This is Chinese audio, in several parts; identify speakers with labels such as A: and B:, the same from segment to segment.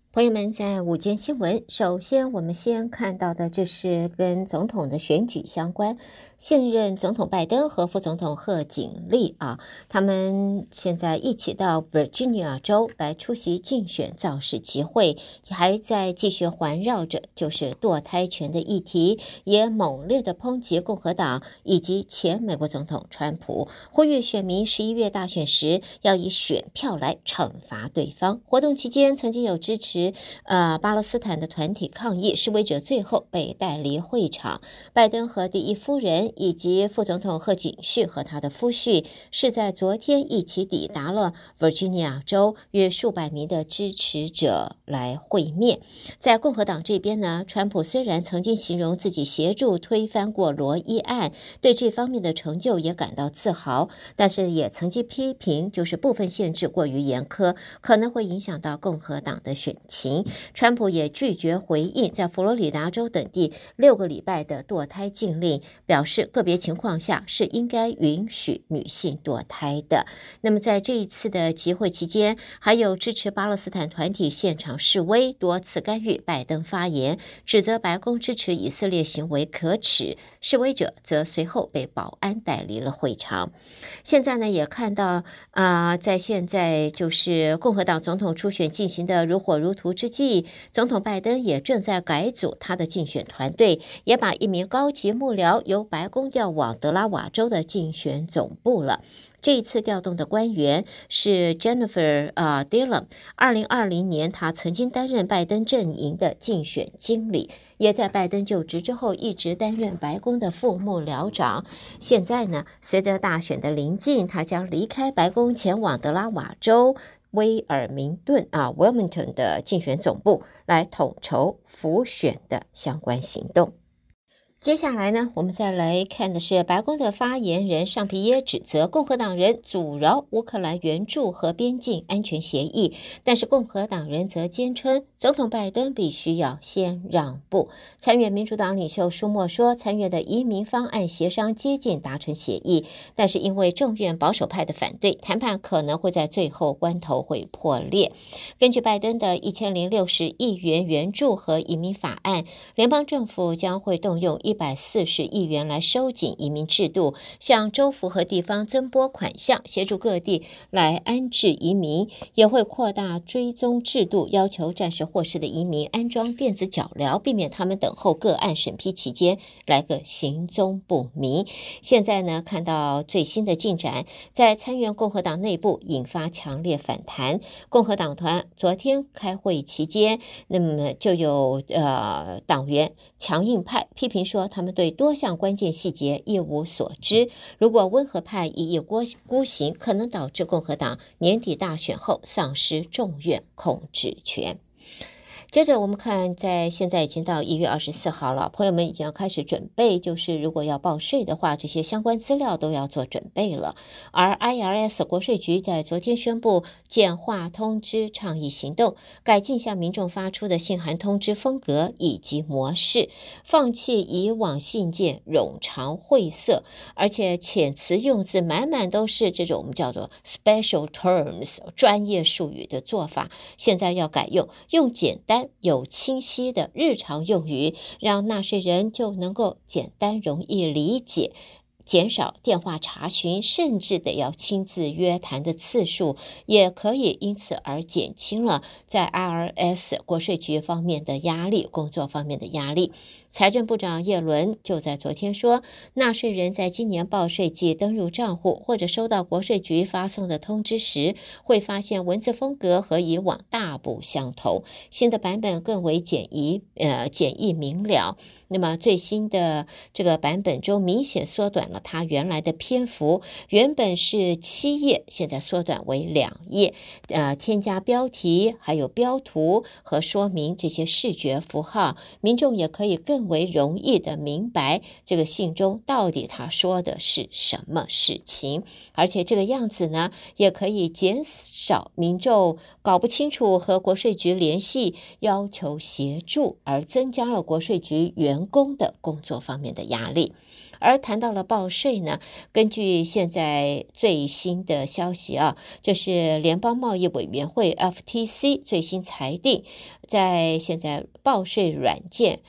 A: 朋友们，在午间新闻，首先我们先看到的，这是跟总统的选举相关。现任总统拜登和副总统贺锦丽他们现在一起到 Virginia 州来出席竞选造势集会，还在继续环绕着就是堕胎权的议题，也猛烈的抨击共和党以及前美国总统川普，呼吁选民11月大选时要以选票来惩罚对方。活动期间，曾经有支持巴勒斯坦的团体抗议，示威者最后被带离会场。拜登和第一夫人以及副总统贺锦旭和他的夫婿是在昨天一起抵达了 Virginia 州，与数百名的支持者来会面。在共和党这边呢，川普虽然曾经形容自己协助推翻过罗伊案，对这方面的成就也感到自豪，但是也曾经批评就是部分限制过于严苛，可能会影响到共和党的选情。川普也拒绝回应在佛罗里达州等地6个礼拜的堕胎禁令，表示个别情况下是应该允许女性堕胎的。那么在这一次的集会期间，还有支持巴勒斯坦团体现场示威，多次干预拜登发言，指责白宫支持以色列行为可耻，示威者则随后被保安带离了会场。现在呢，也看到在现在就是共和党总统初选进行的如火如荼之际，总统拜登也正在改组他的竞选团队，也把一名高级幕僚由白宫调往德拉瓦州的竞选总部了。这一次调动的官员是 Jennifer Dillon。 2020年他曾经担任拜登阵营的竞选经理，也在拜登就职之后一直担任白宫的副幕僚长。现在呢，随着大选的临近，他将离开白宫前往德拉瓦州威尔明顿Wilmington 的竞选总部，来统筹辅选的相关行动。接下来呢，我们再来看的是白宫的发言人尚皮耶指责共和党人阻挠乌克兰援助和边境安全协议，但是共和党人则坚称总统拜登必须要先让步。参院民主党领袖舒默说，参院的移民方案协商接近达成协议，但是因为众院保守派的反对，谈判可能会在最后关头会破裂。根据拜登的1060亿元援助和移民法案，联邦政府将会动用140亿元来收紧移民制度，向州府和地方增拨款项，协助各地来安置移民，也会扩大追踪制度，要求暂时获释的移民安装电子脚镣，避免他们等候个案审批期间来个行踪不明。现在呢，看到最新的进展，在参院共和党内部引发强烈反弹。共和党团昨天开会期间，那么就有党员强硬派批评说，他们对多项关键细节一无所知。如果温和派一意孤行，可能导致共和党年底大选后丧失众院控制权。接着我们看，在现在已经到1月24号了，朋友们已经要开始准备，就是如果要报税的话，这些相关资料都要做准备了。而 IRS 国税局在昨天宣布简化通知倡议行动，改进向民众发出的信函通知风格以及模式，放弃以往信件冗长晦涩，而且遣词用字满满都是这种我们叫做 special terms 专业术语的做法，现在要改用简单有清晰的日常用语，让纳税人就能够简单容易理解，减少电话查询，甚至得要亲自约谈的次数，也可以因此而减轻了在 IRS 国税局方面的压力，工作方面的压力。财政部长耶伦就在昨天说，纳税人在今年报税季登入账户或者收到国税局发送的通知时，会发现文字风格和以往大不相同，新的版本更为简易明了。那么最新的这个版本中明显缩短了它原来的篇幅，原本是7页，现在缩短为2页，添加标题还有标图和说明这些视觉符号，民众也可以更为容易的明白这个信中到底他说的是什么事情。而且这个样子呢，也可以减少民众搞不清楚和国税局联系要求协助，而增加了国税局员工的工作方面的压力。 而谈到了报税呢，根据现在最新的消息啊，这是联邦贸易委员会 FTC 最新裁定，在现在报税软件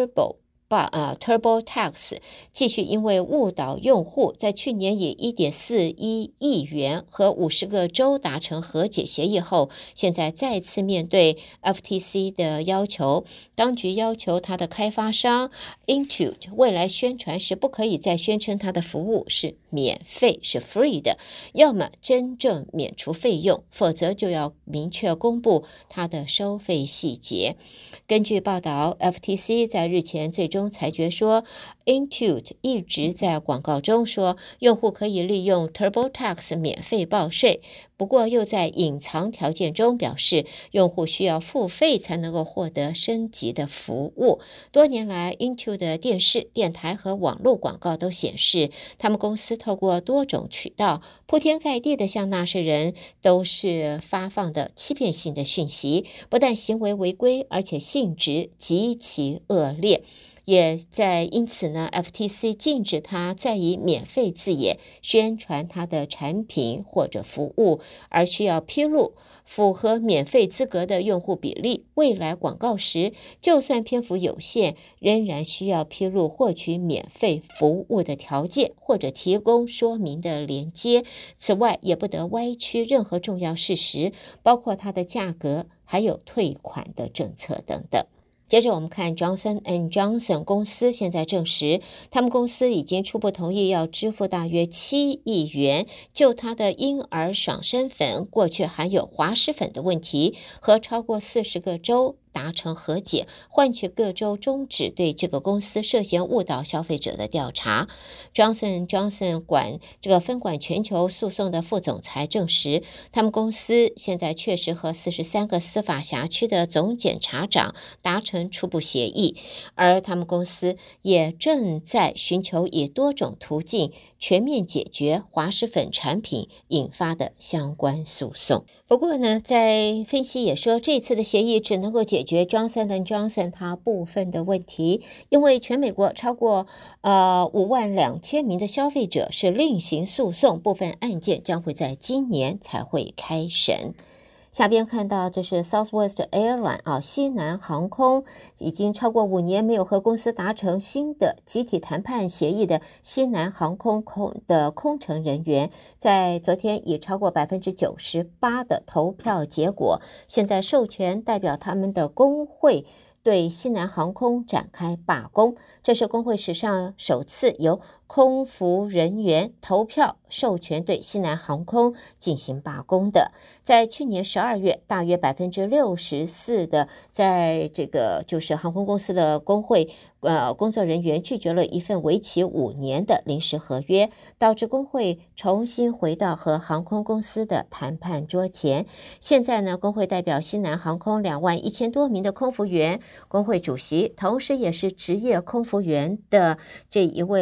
A: TurboTax 继续因为误导用户，在去年以1.41亿元和50个州达成和解协议后，现在再次面对 FTC 的要求，当局要求它的开发商 Intuit 未来宣传时不可以再宣称它的服务是免费是 free 的，要么真正免除费用，否则就要明确公布它的收费细节。根据报道， FTC 在日前最终裁决说， Intuit 一直在广告中说用户可以利用 TurboTax 免费报税，不过又在隐藏条件中表示用户需要付费才能够获得升级的服务。多年来 Intuit 的电视、电台和网络广告都显示，他们公司透过多种渠道铺天盖地的向纳税人都是发放的欺骗性的讯息，不但行为违规，而且性质极其恶劣。也在因此呢 FTC 禁止他再以免费字眼宣传他的产品或者服务，而需要披露符合免费资格的用户比例。未来广告时，就算篇幅有限，仍然需要披露获取免费服务的条件或者提供说明的连接。此外，也不得歪曲任何重要事实，包括它的价格，还有退款的政策等等。接着我们看 Johnson & Johnson 公司现在证实，他们公司已经初步同意要支付大约7亿元，就他的婴儿爽身粉过去含有滑石粉的问题，和超过40个州达成和解，换取各州终止对这个公司涉嫌误导消费者的调查。Johnson & Johnson 分管全球诉讼的副总裁证实，他们公司现在确实和43个司法辖区的总检察长达成初步协议，而他们公司也正在寻求以多种途径全面解决滑石粉产品引发的相关诉讼。不过呢，在分析也说，这次的协议只能够解决 Johnson & Johnson 它部分的问题，因为全美国超过52000名的消费者是另行诉讼，部分案件将会在今年才会开审。下边看到这是 Southwest Airline 西南航空已经超过5年没有和公司达成新的集体谈判协议的西南航空的空乘人员，在昨天以超过 98% 的投票结果，现在授权代表他们的工会对西南航空展开罢工，这是工会史上首次由空服人员投票授权对西南航空进行罢工的。在去年12月，大约 64% 的在这个就是航空公司的工会工作人员拒绝了一份为期5年的临时合约，导致工会重新回到和航空公司的谈判桌前。现在呢，工会代表西南航空21000多名的空服员，工会主席同时也是职业空服员的这一位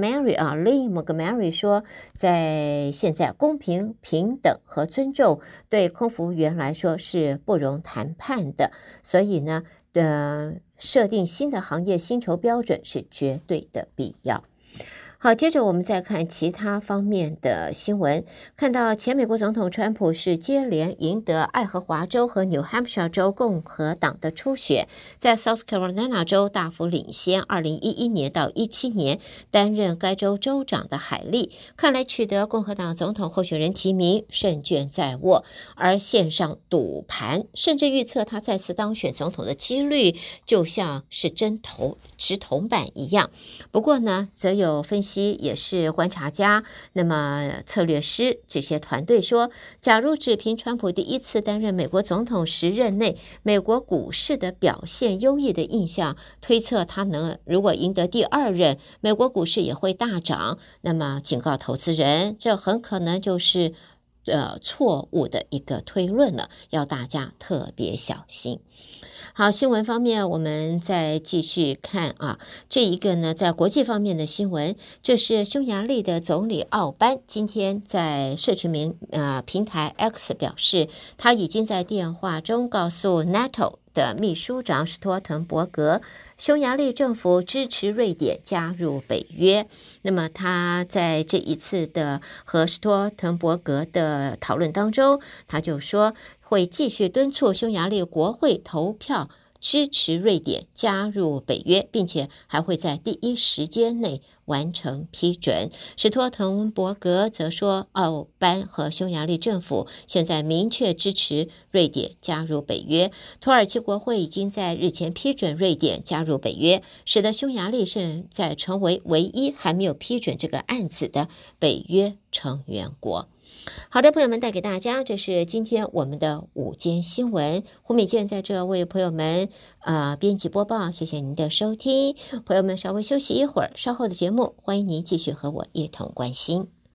A: Lee Montgomery 说，在现在公平、平等和尊重对空服员来说是不容谈判的，所以呢设定新的行业薪酬标准是绝对的必要。好，接着我们再看其他方面的新闻。看到前美国总统川普是接连赢得爱荷华州和 New Hampshire 州共和党的初选，在 South Carolina 州大幅领先2011年到17年担任该州州长的海莉，看来取得共和党总统候选人提名胜券在握，而线上赌盘甚至预测他再次当选总统的几率就像是掷铜板一样。不过呢，则有分析也是观察家，那么策略师这些团队说，假如只凭川普第一次担任美国总统时任内美国股市的表现优异的印象，推测他如果赢得第2任，美国股市也会大涨，那么警告投资人，这很可能就是错误的一个推论了，要大家特别小心。好，新闻方面我们再继续看这一个呢，在国际方面的新闻，这是匈牙利的总理奥班今天在社群平台 X 表示，他已经在电话中告诉 NATO 的秘书长史托滕伯格，匈牙利政府支持瑞典加入北约。那么他在这一次的和史托滕伯格的讨论当中，他就说会继续敦促匈牙利国会投票支持瑞典加入北约，并且还会在第一时间内完成批准。史托滕伯格则说，奥班和匈牙利政府现在明确支持瑞典加入北约。土耳其国会已经在日前批准瑞典加入北约，使得匈牙利现在成为唯一还没有批准这个案子的北约成员国。好的，朋友们，带给大家，这是今天我们的午间新闻。胡美健在这为朋友们编辑播报，谢谢您的收听。朋友们稍微休息一会儿，稍后的节目欢迎您继续和我一同关心。